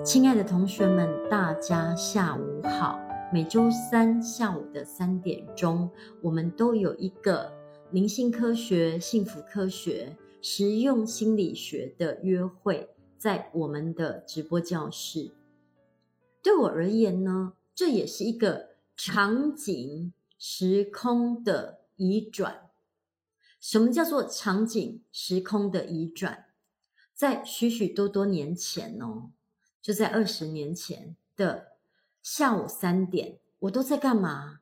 亲爱的同学们，大家下午好。每周三下午的3点钟，我们都有一个灵性科学、幸福科学、实用心理学的约会，在我们的直播教室。对我而言呢，这也是一个场景、时空的移转。什么叫做场景、时空的移转？在许许多多年前就在20年前的下午3点，我都在干嘛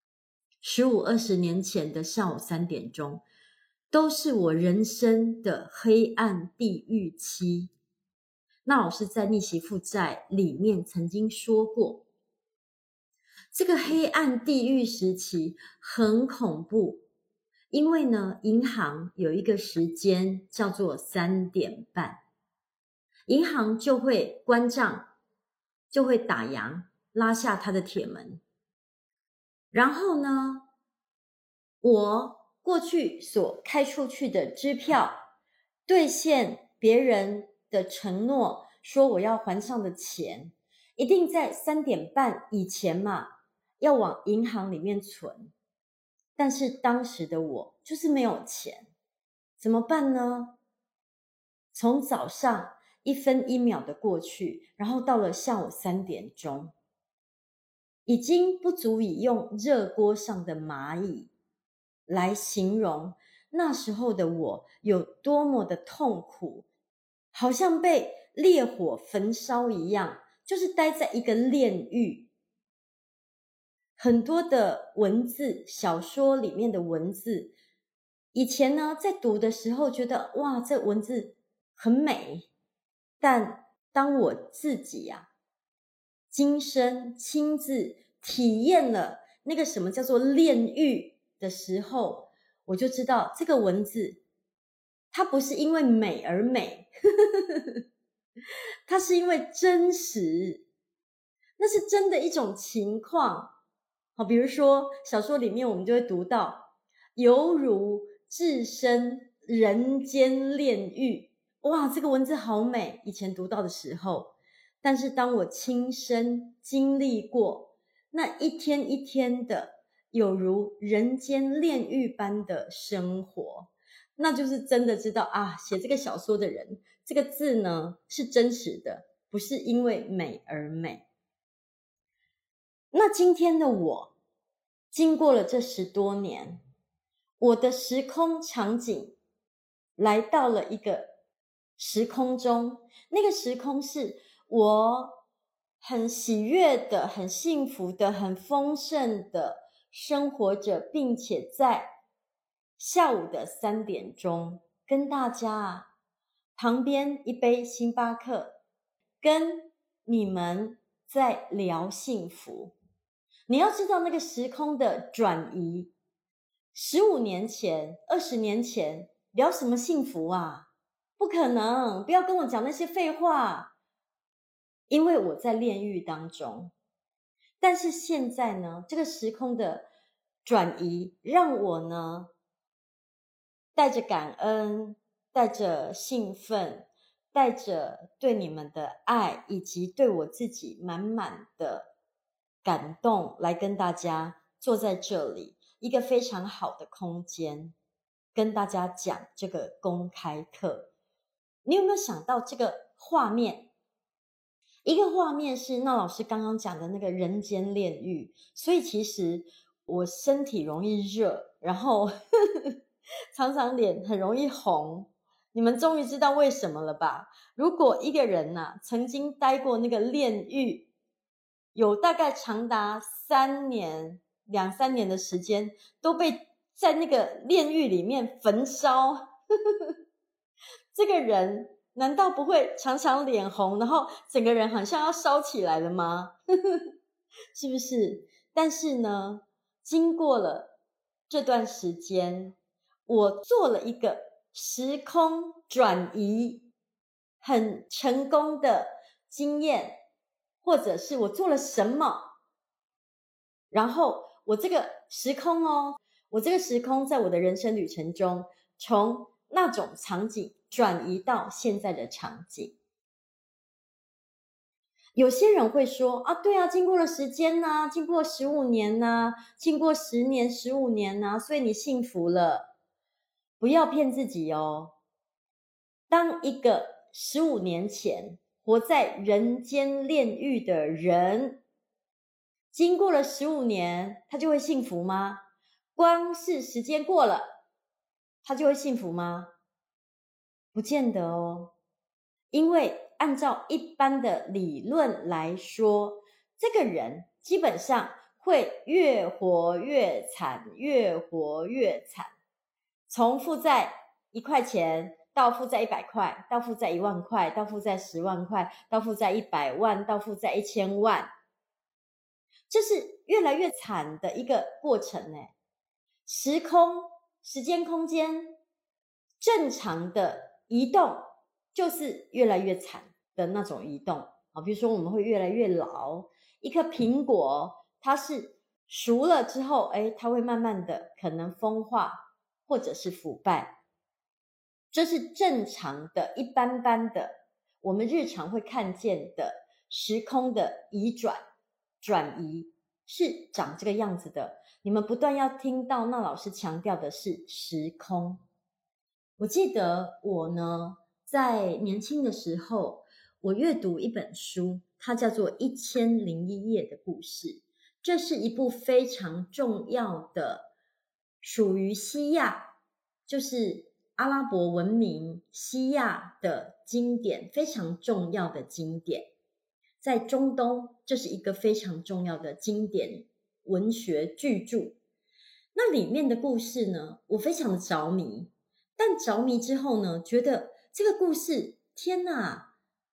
？15、20年前的下午3点钟，都是我人生的黑暗地狱期。那老师在逆袭负债里面曾经说过，这个黑暗地狱时期很恐怖，因为呢，银行有一个时间叫做3点半，银行就会关账，就会打烊，拉下他的铁门。然后呢，我过去所开出去的支票，兑现别人的承诺，说我要还上的钱，一定在3点半以前嘛，要往银行里面存。但是当时的我就是没有钱，怎么办呢？从早上1分1秒的过去，然后到了下午3点钟，已经不足以用热锅上的蚂蚁来形容那时候的我有多么的痛苦，好像被烈火焚烧一样，就是待在一个炼狱。很多的文字，小说里面的文字，以前呢在读的时候觉得哇，这文字很美，但当我自己今生亲自体验了那个什么叫做炼狱的时候，我就知道这个文字它不是因为美而美它是因为真实，那是真的一种情况。好，比如说小说里面我们就会读到犹如置身人间炼狱，哇，这个文字好美，以前读到的时候。但是当我亲身经历过那一天一天的有如人间炼狱般的生活，那就是真的知道写这个小说的人，这个字呢是真实的，不是因为美而美。那今天的我经过了这10多年，我的时空场景来到了一个时空中，那个时空是我很喜悦的、很幸福的、很丰盛的生活着，并且在下午的3点钟跟大家旁边一杯星巴克，跟你们在聊幸福。你要知道那个时空的转移，15年前、20年前聊什么幸福啊？不可能，不要跟我讲那些废话，因为我在炼狱当中。但是现在呢，这个时空的转移让我呢带着感恩，带着兴奋，带着对你们的爱，以及对我自己满满的感动，来跟大家坐在这里，一个非常好的空间，跟大家讲这个公开课。你有没有想到这个画面？一个画面是那老师刚刚讲的那个人间炼狱，所以其实我身体容易热，然后常常脸很容易红。你们终于知道为什么了吧？如果一个人曾经待过那个炼狱，有大概长达2、3年的时间，都被在那个炼狱里面焚烧这个人难道不会常常脸红，然后整个人好像要烧起来了吗？是不是？但是呢，经过了这段时间，我做了一个时空转移很成功的经验，或者是我做了什么，然后我这个时空我这个时空在我的人生旅程中，从那种场景转移到现在的场景。 有些人会说啊，对啊，经过了时间啊，经过15年啊，经过10年、15年啊，所以你幸福了。不要骗自己哦。当一个15年前活在人间炼狱的人，经过了15年，他就会幸福吗？光是时间过了，他就会幸福吗？不见得哦。因为按照一般的理论来说，这个人基本上会越活越惨，越活越惨。从负债1块钱到负债100块，到负债1万块，到负债10万块，到负债100万，到负债1000万，这是越来越惨的一个过程呢。时间空间正常的移动就是越来越惨的那种移动啊。比如说我们会越来越老，一颗苹果它是熟了之后，它会慢慢的可能风化或者是腐败，这是正常的一般般的我们日常会看见的时空的转移是长这个样子的。你们不断要听到那老师强调的是时空。我记得我呢在年轻的时候，我阅读一本书，它叫做《1001夜的故事》，这是一部非常重要的属于西亚，就是阿拉伯文明西亚的经典，非常重要的经典。在中东，这是一个非常重要的经典文学巨著。那里面的故事呢，我非常的着迷。但着迷之后呢，觉得这个故事，天哪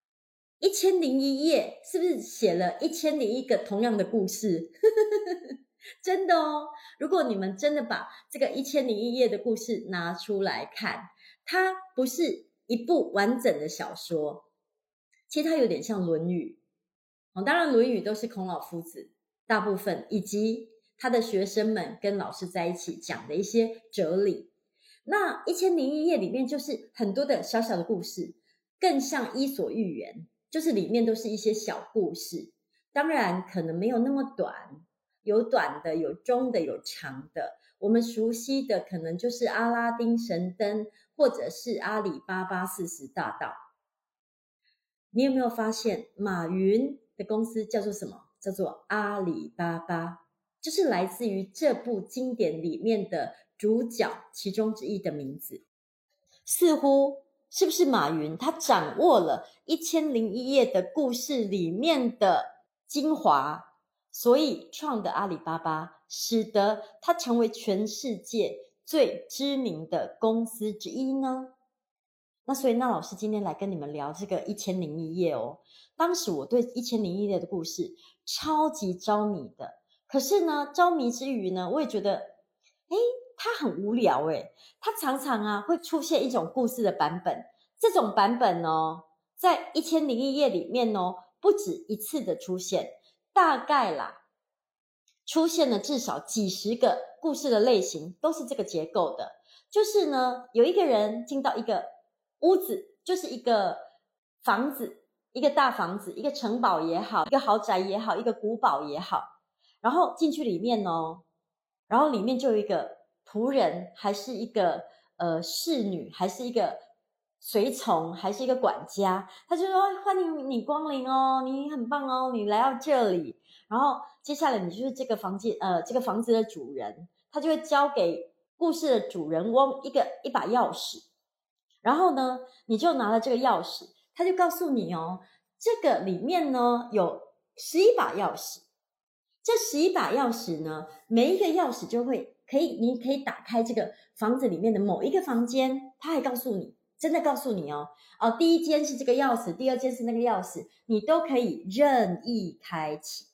，1001夜是不是写了1001个同样的故事？真的哦，如果你们真的把这个1001夜的故事拿出来看，它不是一部完整的小说，其实它有点像《论语》。当然《论语》都是孔老夫子大部分以及他的学生们跟老师在一起讲的一些哲理。那1001夜里面就是很多的小小的故事，更像伊索寓言，就是里面都是一些小故事，当然可能没有那么短，有短的，有中的，有长的。我们熟悉的可能就是阿拉丁神灯，或者是阿里巴巴40大盗。你有没有发现马云的公司叫做什么？叫做阿里巴巴，就是来自于这部经典里面的主角其中之一的名字。似乎是不是马云他掌握了1001夜的故事里面的精华，所以创的阿里巴巴，使得它成为全世界最知名的公司之一呢？那所以那老师今天来跟你们聊这个1001夜哦。当时我对1001夜的故事超级着迷的，可是呢着迷之余呢，我也觉得它很无聊它常常啊会出现一种故事的版本，这种版本哦在1001夜里面哦不止一次的出现，大概啦出现了至少几十个故事的类型，都是这个结构的。就是呢有一个人进到一个屋子，就是一个房子，一个大房子，一个城堡也好，一个豪宅也好，一个古堡也好，然后进去里面哦，然后里面就有一个仆人，还是一个侍女，还是一个随从，还是一个管家，他就说欢迎你光临哦，你很棒哦，你来到这里，然后接下来你就是这个房子的主人，他就会交给故事的主人翁一把钥匙。然后呢你就拿了这个钥匙，他就告诉你哦，这个里面呢有11把钥匙，这11把钥匙呢，每一个钥匙就会你可以打开这个房子里面的某一个房间，他还告诉你，真的告诉你哦，第一间是这个钥匙，第二间是那个钥匙，你都可以任意开启。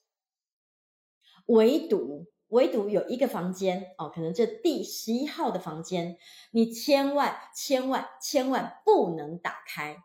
唯独有一个房间可能这第11号的房间，你千万不能打开。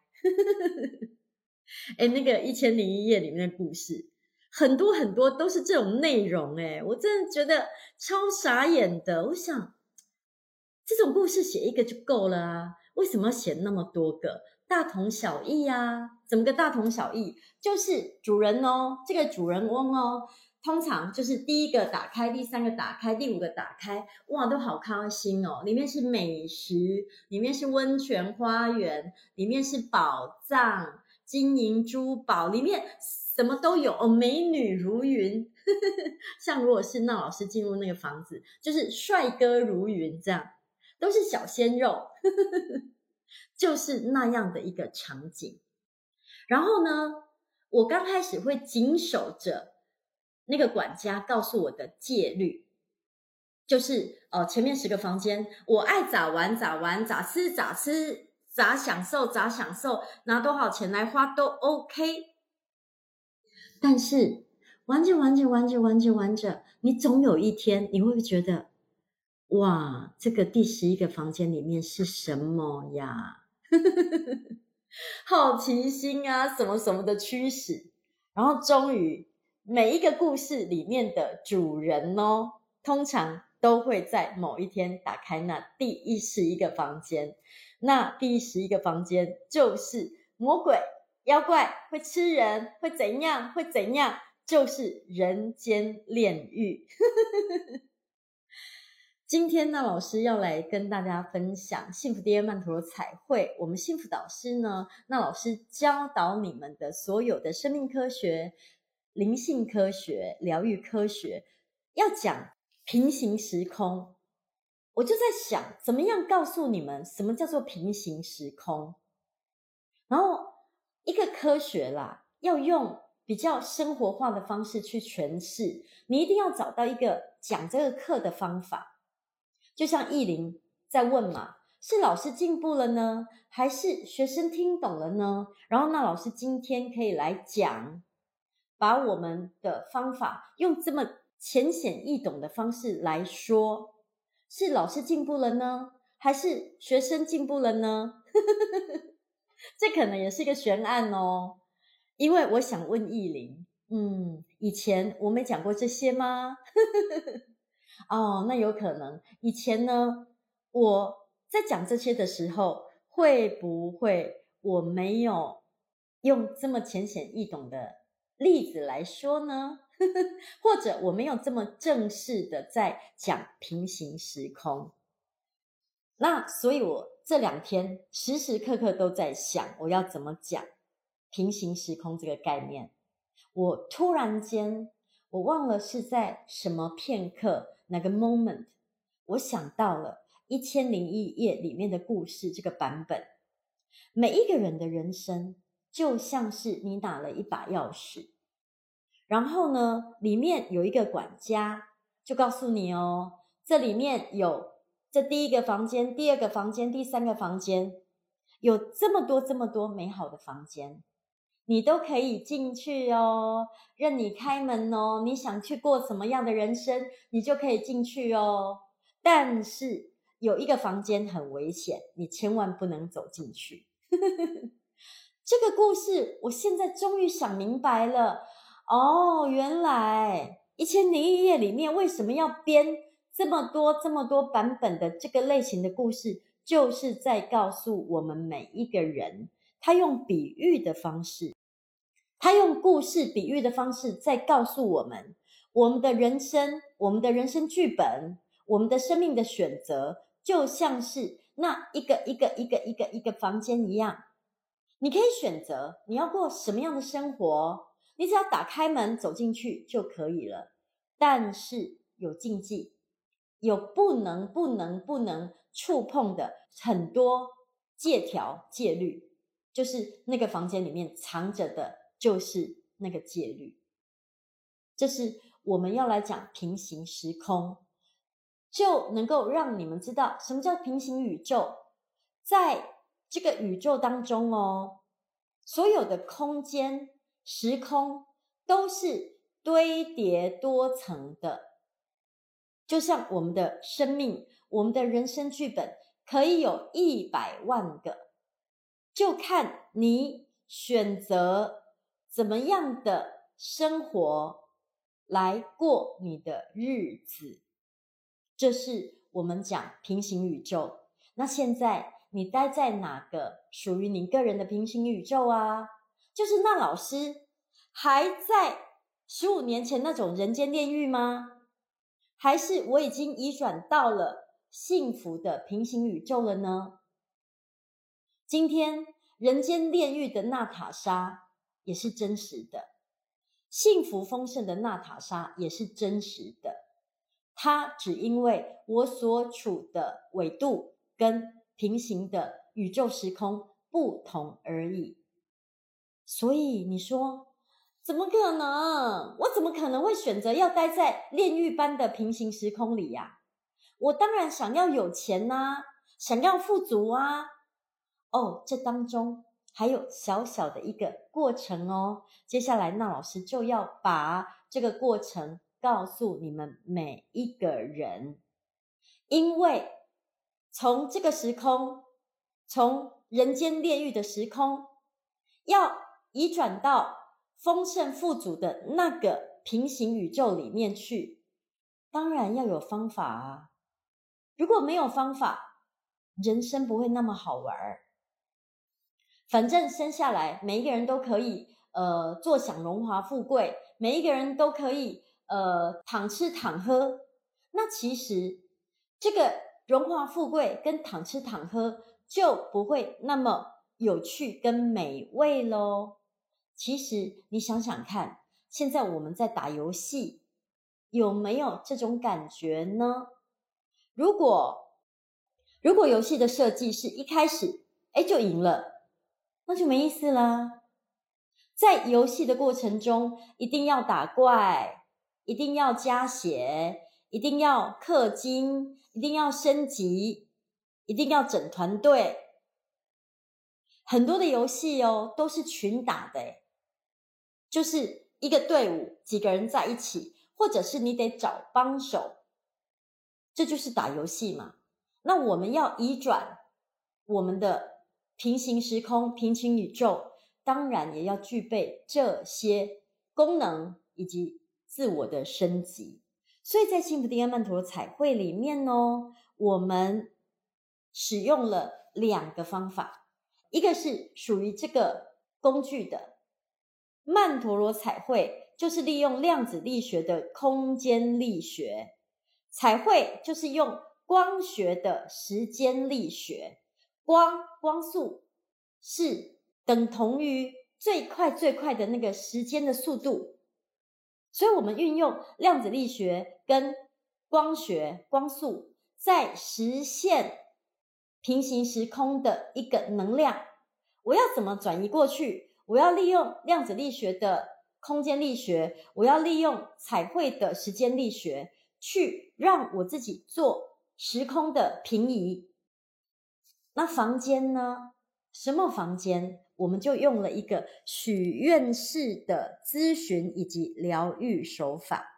那个1001夜里面的故事很多都是这种内容我真的觉得超傻眼的。我想这种故事写一个就够了啊，为什么要写那么多个？大同小异啊。 怎么个大同小异？就是主人哦，这个主人翁哦，通常就是第一个打开，第三个打开，第五个打开，哇，都好开心哦！里面是美食，里面是温泉花园，里面是宝藏、金银珠宝，里面什么都有哦，美女如云。像如果是那老师进入那个房子，就是帅哥如云，这样都是小鲜肉，就是那样的一个场景。然后呢，我刚开始会谨守着那个管家告诉我的戒律，就是前面10个房间，我爱咋玩咋玩，咋吃咋吃，咋享受咋享受，拿多少钱来花都 OK。但是玩着玩着玩着玩着玩着，你总有一天你会不会觉得，哇，这个第11个房间里面是什么呀？好奇心啊，什么什么的驱使，然后终于每一个故事里面的主人哦，通常都会在某一天打开那第11个房间。那第11个房间就是魔鬼、妖怪会吃人，会怎样，会怎样，就是人间炼狱。今天呢，老师要来跟大家分享幸福爹曼陀罗彩绘。我们幸福导师呢，那老师教导你们的所有的生命科学、灵性科学、疗愈科学，要讲平行时空。我就在想，怎么样告诉你们什么叫做平行时空？然后一个科学啦，要用比较生活化的方式去诠释，你一定要找到一个讲这个课的方法。就像艺林在问嘛，是老师进步了呢，还是学生听懂了呢？然后那老师今天可以来讲，把我们的方法用这么浅显易懂的方式来说，是老师进步了呢，还是学生进步了呢？这可能也是一个悬案哦。因为我想问艺林，以前我没讲过这些吗？哦，那有可能。以前呢，我在讲这些的时候，会不会我没有用这么浅显易懂的例子来说呢？或者我没有这么正式的在讲平行时空？那所以我这2天时时刻刻都在想，我要怎么讲平行时空这个概念。我突然间，我忘了是在什么片刻，哪个 moment， 我想到了1001夜里面的故事这个版本。每一个人的人生就像是你拿了一把钥匙，然后呢，里面有一个管家就告诉你哦，这里面有这第1个房间、第2个房间、第3个房间，有这么多这么多美好的房间，你都可以进去哦，任你开门哦，你想去过什么样的人生，你就可以进去哦。但是有一个房间很危险，你千万不能走进去。这个故事我现在终于想明白了，哦，原来1001夜里面为什么要编这么多版本的这个类型的故事，就是在告诉我们每一个人，他用比喻的方式，他用故事比喻的方式在告诉我们，我们的人生，我们的人生剧本，我们的生命的选择，就像是那一个房间一样，你可以选择你要过什么样的生活，你只要打开门走进去就可以了。但是有禁忌，有不能触碰的很多戒条戒律，就是那个房间里面藏着的就是那个戒律。这是我们要来讲平行时空，就能够让你们知道什么叫平行宇宙。在这个宇宙当中哦，所有的空间时空都是堆叠多层的，就像我们的生命，我们的人生剧本可以有100万个，就看你选择怎么样的生活来过你的日子。这是我们讲平行宇宙。那现在你待在哪个属于你个人的平行宇宙啊？ 就是那老师还在15年前那种人间炼狱吗？还是我已经移转到了幸福的平行宇宙了呢？今天人间炼狱的娜塔莎也是真实的，幸福丰盛的娜塔莎也是真实的，它只因为我所处的纬度跟平行的宇宙时空不同而已。所以你说怎么可能？我怎么可能会选择要待在炼狱般的平行时空里呀？我当然想要有钱啊，想要富足啊。这当中还有小小的一个过程哦。接下来那老师就要把这个过程告诉你们每一个人，因为从这个时空，从人间炼狱的时空，要移转到丰盛富足的那个平行宇宙里面去，当然要有方法啊。如果没有方法，人生不会那么好玩。反正生下来每一个人都可以坐享荣华富贵，每一个人都可以躺吃躺喝。那其实这个荣华富贵跟躺吃躺喝就不会那么有趣跟美味咯。其实你想想看，现在我们在打游戏，有没有这种感觉呢？如果游戏的设计是一开始就赢了，那就没意思啦。在游戏的过程中，一定要打怪，一定要加血，一定要氪金，一定要升级，一定要整团队。很多的游戏都是群打的，就是一个队伍几个人在一起，或者是你得找帮手，这就是打游戏嘛。那我们要移转我们的平行时空、平行宇宙，当然也要具备这些功能以及自我的升级。所以在幸福 DNA 曼陀罗彩绘里面我们使用了2个方法，一个是属于这个工具的曼陀罗彩绘，就是利用量子力学的空间力学，彩绘就是用光学的时间力学，光速是等同于最快的那个时间的速度，所以我们运用量子力学跟光学光速，在实现平行时空的一个能量。我要怎么转移过去？我要利用量子力学的空间力学，我要利用彩绘的时间力学，去让我自己做时空的平移。那房间呢？什么房间？我们就用了一个许愿式的咨询以及疗愈手法。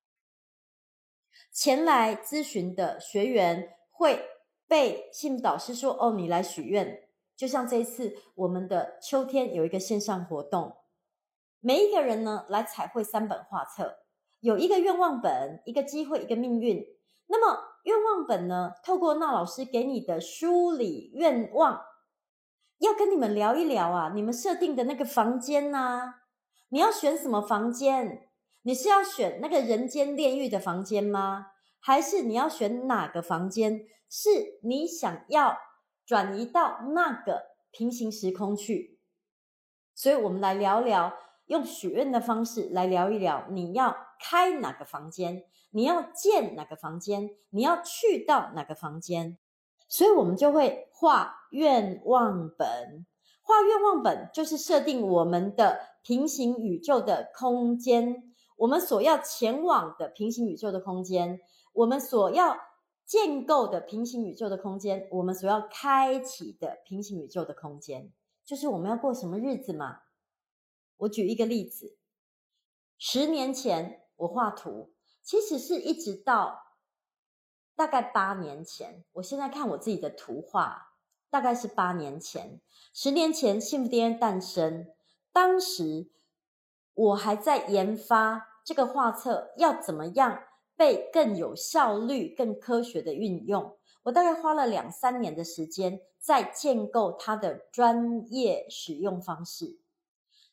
前来咨询的学员会被幸福导师说你来许愿。就像这一次我们的秋天有一个线上活动，每一个人呢来彩绘3本画册，有一个愿望本，一个机会，一个命运。那么愿望本呢，透过那老师给你的梳理愿望，要跟你们聊一聊啊，你们设定的那个房间啊，你要选什么房间？你是要选那个人间炼狱的房间吗？还是你要选哪个房间是你想要转移到那个平行时空去？所以我们来聊聊，用许愿的方式来聊一聊，你要开哪个房间，你要建哪个房间，你要去到哪个房间。所以我们就会画愿望本。画愿望本就是设定我们的平行宇宙的空间，我们所要前往的平行宇宙的空间，我们所要建构的平行宇宙的空间，我们所要开启的平行宇宙的空间，就是我们要过什么日子嘛。我举一个例子，10年前我画图，其实是一直到大概8年前，我现在看我自己的图画，大概是8年前。10年前幸福 DNA 诞生，当时我还在研发这个画册要怎么样被更有效率、更科学的运用。我大概花了2-3年的时间在建构它的专业使用方式。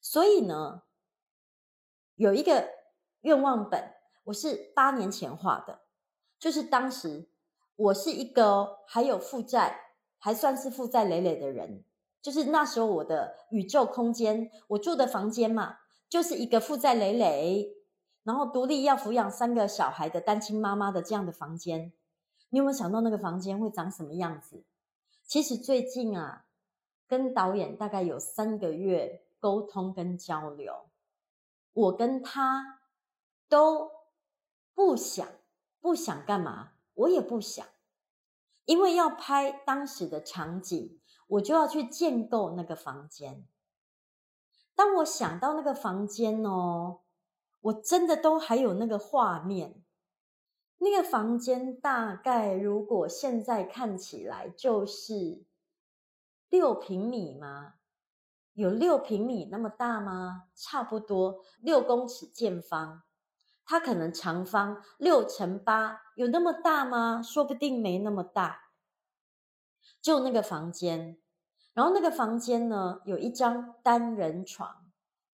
所以呢，有一个愿望本，我是8年前画的，就是当时我是一个还有负债，还算是负债累累的人，就是那时候我的宇宙空间，我住的房间嘛，就是一个负债累累，然后独立要抚养3个小孩的单亲妈妈的这样的房间。你有没有想到那个房间会长什么样子？其实最近啊，跟导演大概有3个月沟通跟交流，我跟他都不想干嘛，我也不想，因为要拍当时的场景，我就要去建构那个房间。当我想到那个房间哦，我真的都还有那个画面。那个房间大概如果现在看起来就是6平米吗？有6平米那么大吗？差不多6公尺见方。它可能长方6×8，有那么大吗？说不定没那么大。就那个房间，然后那个房间呢，有一张单人床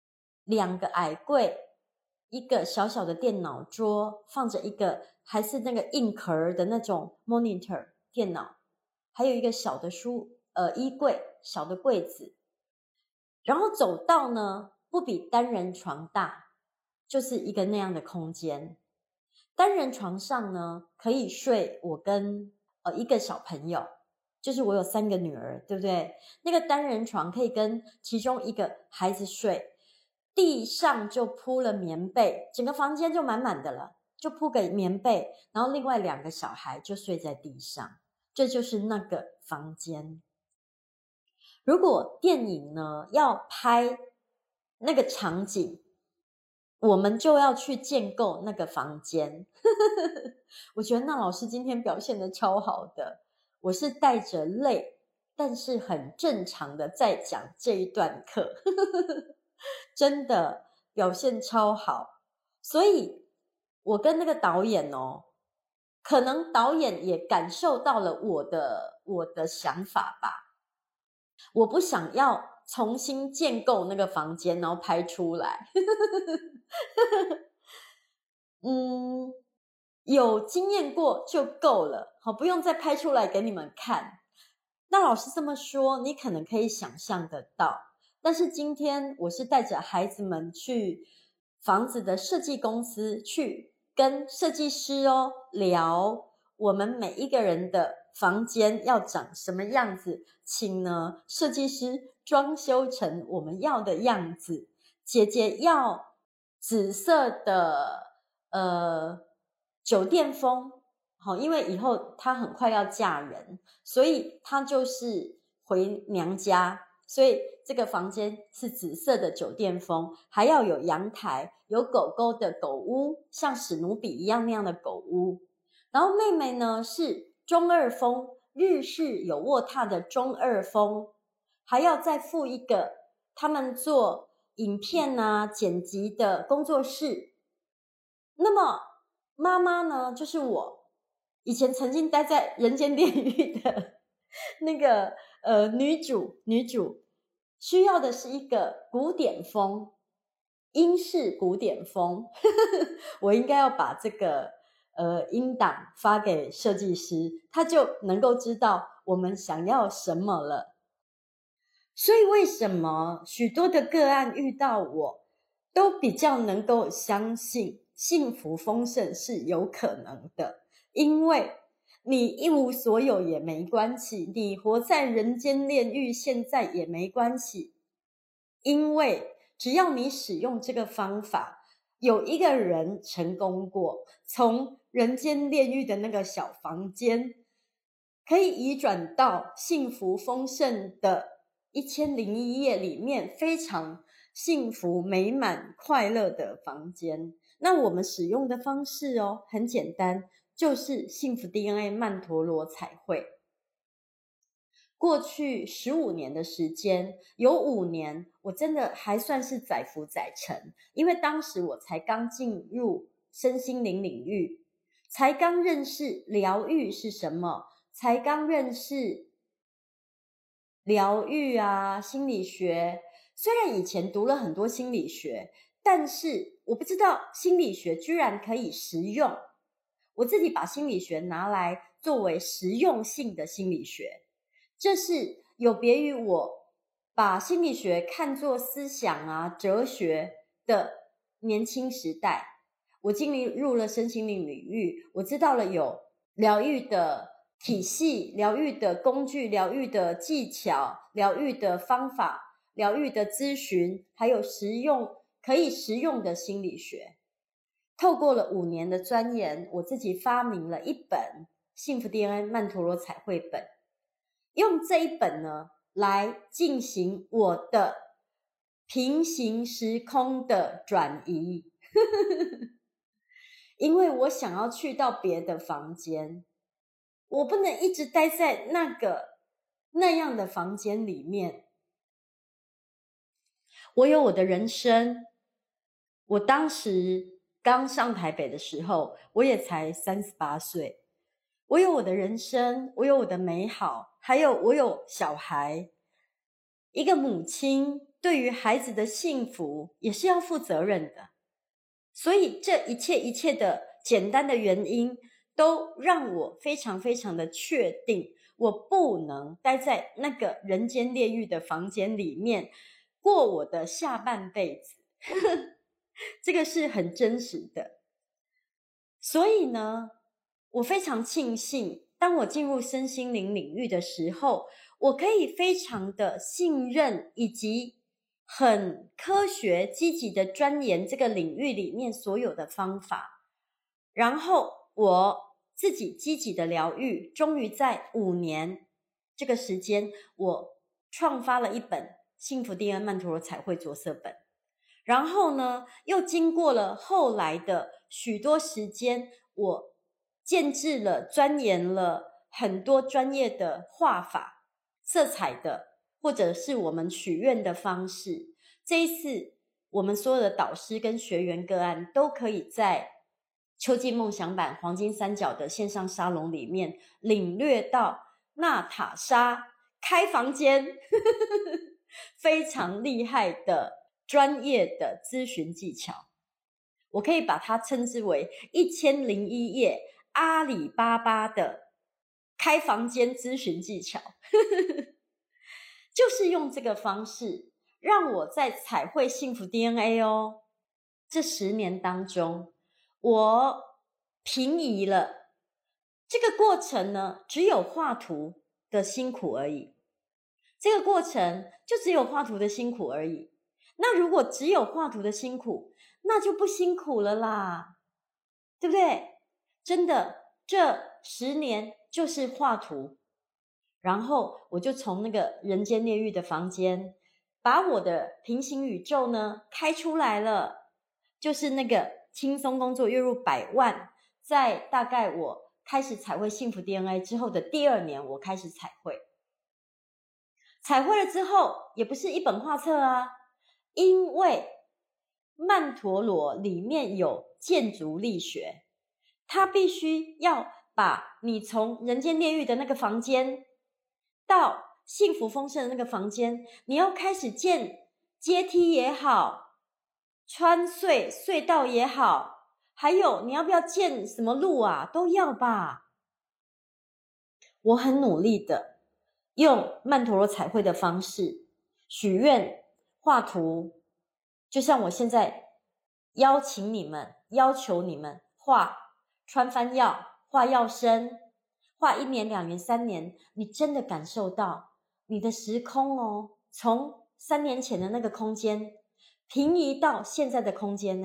，2个矮柜，一个小小的电脑桌，放着一个还是那个硬壳的那种 monitor 电脑，还有一个小的衣柜，小的柜子。然后走道呢，不比单人床大，就是一个那样的空间。单人床上呢，可以睡我跟一个小朋友，就是我有3个女儿，对不对？那个单人床可以跟其中一个孩子睡，地上就铺了棉被，整个房间就满满的了，就铺个棉被，然后另外2个小孩就睡在地上，这就是那个房间。如果电影呢要拍那个场景，我们就要去建构那个房间。我觉得那老师今天表现得超好的，我是带着泪，但是很正常的在讲这一段课。真的表现超好。所以我跟那个导演哦，可能导演也感受到了我的想法吧。我不想要重新建构那个房间，然后拍出来。有经验过就够了，好，不用再拍出来给你们看。那老师这么说，你可能可以想象得到。但是今天我是带着孩子们去房子的设计公司，去跟设计师聊我们每一个人的房间要长什么样子，请呢设计师装修成我们要的样子。姐姐要紫色的酒店风，好，因为以后她很快要嫁人，所以她就是回娘家，所以这个房间是紫色的酒店风，还要有阳台，有狗狗的狗屋，像史努比一样那样的狗屋。然后妹妹呢是中二风，日式有卧榻的中二风，还要再附一个他们做影片啊剪辑的工作室。那么妈妈呢，就是我以前曾经待在人间炼狱的那个女主需要的是一个古典风，英式古典风。我应该要把这个音档发给设计师，他就能够知道我们想要什么了。所以为什么许多的个案遇到我都比较能够相信幸福丰盛是有可能的？因为你一无所有也没关系，你活在人间炼狱现在也没关系，因为只要你使用这个方法，有一个人成功过，从人间炼狱的那个小房间可以移转到幸福丰盛的1001夜里面非常幸福美满快乐的房间。那我们使用的方式很简单，就是幸福 DNA 曼陀罗彩绘。过去15年的时间，有5年我真的还算是载浮载沉，因为当时我才刚进入身心灵领域，才刚认识疗愈是什么，才刚认识疗愈啊心理学， 虽然以前读了很多心理学，但是我不知道心理学居然可以实用。我自己把心理学拿来作为实用性的心理学，这是有别于我把心理学看作思想啊、哲学的年轻时代。我进入了身心灵领域，我知道了有疗愈的体系、疗愈的工具、疗愈的技巧、疗愈的方法、疗愈的咨询，还有可以实用的心理学。透过了5年的钻研，我自己发明了一本幸福 DNA 曼陀罗彩绘本，用这一本呢来进行我的平行时空的转移因为我想要去到别的房间，我不能一直待在那样的房间里面。我有我的人生，我当时刚上台北的时候，我也才38岁。我有我的人生，我有我的美好，还有我有小孩。一个母亲对于孩子的幸福也是要负责任的。所以这一切的简单的原因，都让我非常非常的确定，我不能待在那个人间炼狱的房间里面过我的下半辈子这个是很真实的。所以呢，我非常庆幸，当我进入身心灵领域的时候，我可以非常的信任，以及很科学积极的钻研这个领域里面所有的方法，然后我自己积极的疗愈，终于在5年这个时间，我创发了一本幸福 DNA 曼陀罗彩绘着色本。然后呢，又经过了后来的许多时间，我建制了、钻研了很多专业的画法、色彩的，或者是我们许愿的方式。这一次，我们所有的导师跟学员个案都可以在秋季梦想版黄金三角的线上沙龙里面领略到娜塔莎开房间非常厉害的专业的咨询技巧，我可以把它称之为1001页阿里巴巴的开房间咨询技巧就是用这个方式让我在彩绘幸福 DNA 这10年当中，我平移了这个过程呢，只有画图的辛苦而已，这个过程就只有画图的辛苦而已。那如果只有画图的辛苦，那就不辛苦了啦，对不对？真的，这10年就是画图。然后我就从那个人间炼狱的房间，把我的平行宇宙呢开出来了，就是那个轻松工作月入100万。在大概我开始彩绘幸福 DNA 之后的第2年，我开始彩绘。彩绘了之后，也不是一本画册啊，因为曼陀罗里面有建筑力学，它必须要把你从人间炼狱的那个房间到幸福丰盛的那个房间，你要开始建阶梯也好，穿隧道也好，还有你要不要建什么路啊，都要吧。我很努力的用曼陀罗彩绘的方式许愿、画图，就像我现在要求你们画穿幡药、画药身，画1年、2年、3年，你真的感受到你的时空从3年前的那个空间平移到现在的空间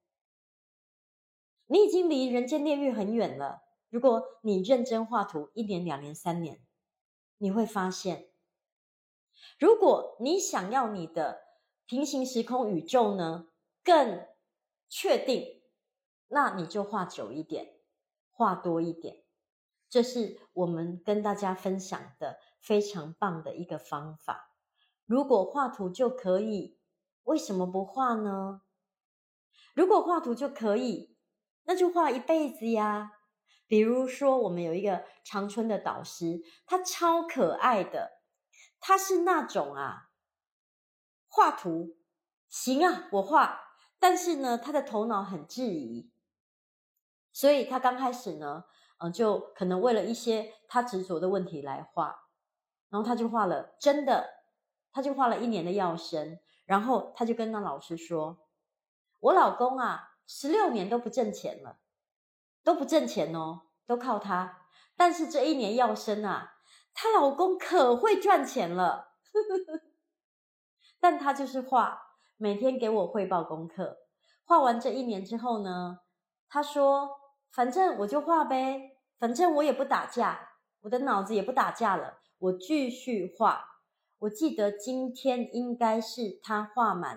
你已经离人间炼狱很远了。如果你认真画图1年、2年、3年，你会发现，如果你想要你的平行时空宇宙呢更确定，那你就画久一点，画多一点。这是我们跟大家分享的非常棒的一个方法。如果画图就可以，为什么不画呢？如果画图就可以，那就画一辈子呀。比如说我们有一个长春的导师，他超可爱的，他是那种画图，行啊，我画。但是呢，他的头脑很质疑，所以他刚开始呢，就可能为了一些他执着的问题来画，然后他就画了，真的，他就画了1年的药生，然后他就跟那老师说，我老公啊，16年都不挣钱了，都不挣钱哦，都靠他，但是这1年药生啊，她老公可会赚钱了，但他就是画，每天给我汇报功课，画完这1年之后呢，他说反正我就画呗，反正我也不打架，我的脑子也不打架了，我继续画。我记得今天应该是他画满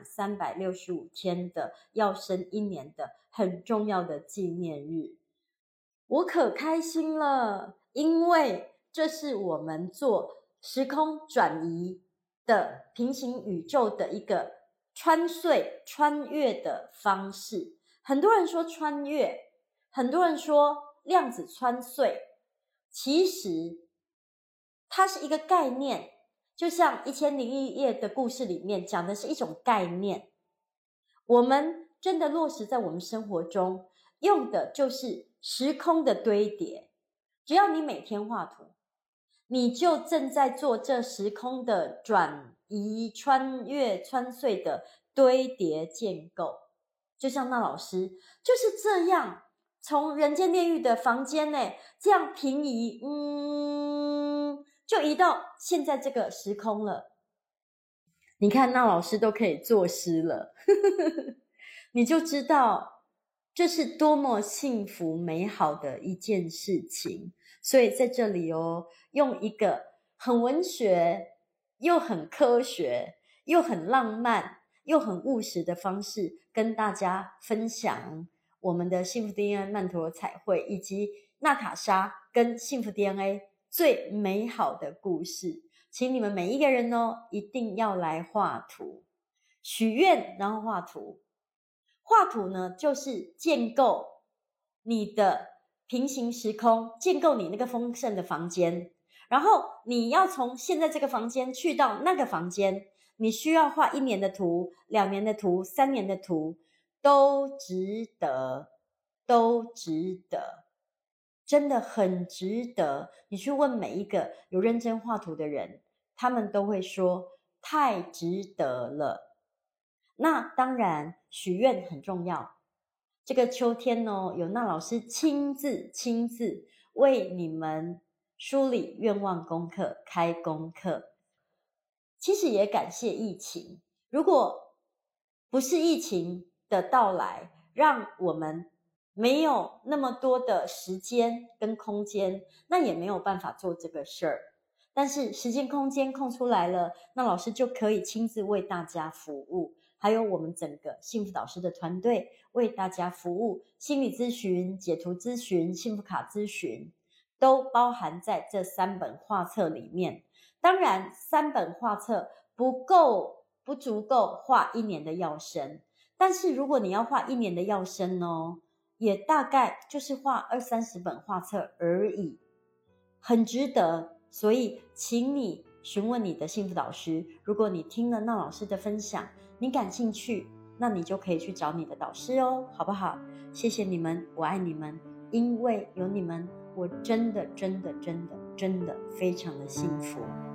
365天的要生1年的很重要的纪念日，我可开心了，因为这是我们做时空转移的平行宇宙的一个穿越的方式。很多人说穿越，很多人说量子穿隧，其实它是一个概念，就像《1001夜》的故事里面讲的是一种概念，我们真的落实在我们生活中，用的就是时空的堆叠。只要你每天画图，你就正在做这时空的转移、穿越、穿隧的堆叠建构。就像那老师就是这样，从人间炼狱的房间内这样平移，就移到现在这个时空了。你看那老师都可以作诗了你就知道这是多么幸福美好的一件事情。所以在这里用一个很文学又很科学又很浪漫又很务实的方式跟大家分享我们的幸福 DNA 曼陀罗彩绘以及娜塔莎跟幸福 DNA 最美好的故事。请你们每一个人一定要来画图，许愿然后画图。画图呢就是建构你的平行时空，建构你那个丰盛的房间，然后你要从现在这个房间去到那个房间，你需要画1年的图、2年的图、3年的图，都值得，都值得，真的很值得。你去问每一个有认真画图的人，他们都会说太值得了。那当然许愿很重要，这个秋天有那老师亲自为你们梳理愿望功课，开功课。其实也感谢疫情，如果不是疫情的到来，让我们没有那么多的时间跟空间，那也没有办法做这个事儿。但是时间空间空出来了，那老师就可以亲自为大家服务，还有我们整个幸福导师的团队为大家服务，心理咨询、解图咨询、幸福卡咨询都包含在这3本画册里面。当然3本画册不足够画1年的药生，但是如果你要画1年的药生也大概就是画20-30本画册而已，很值得。所以请你询问你的幸福导师，如果你听了那老师的分享你感兴趣，那你就可以去找你的导师好不好？谢谢你们，我爱你们，因为有你们我真的非常的幸福。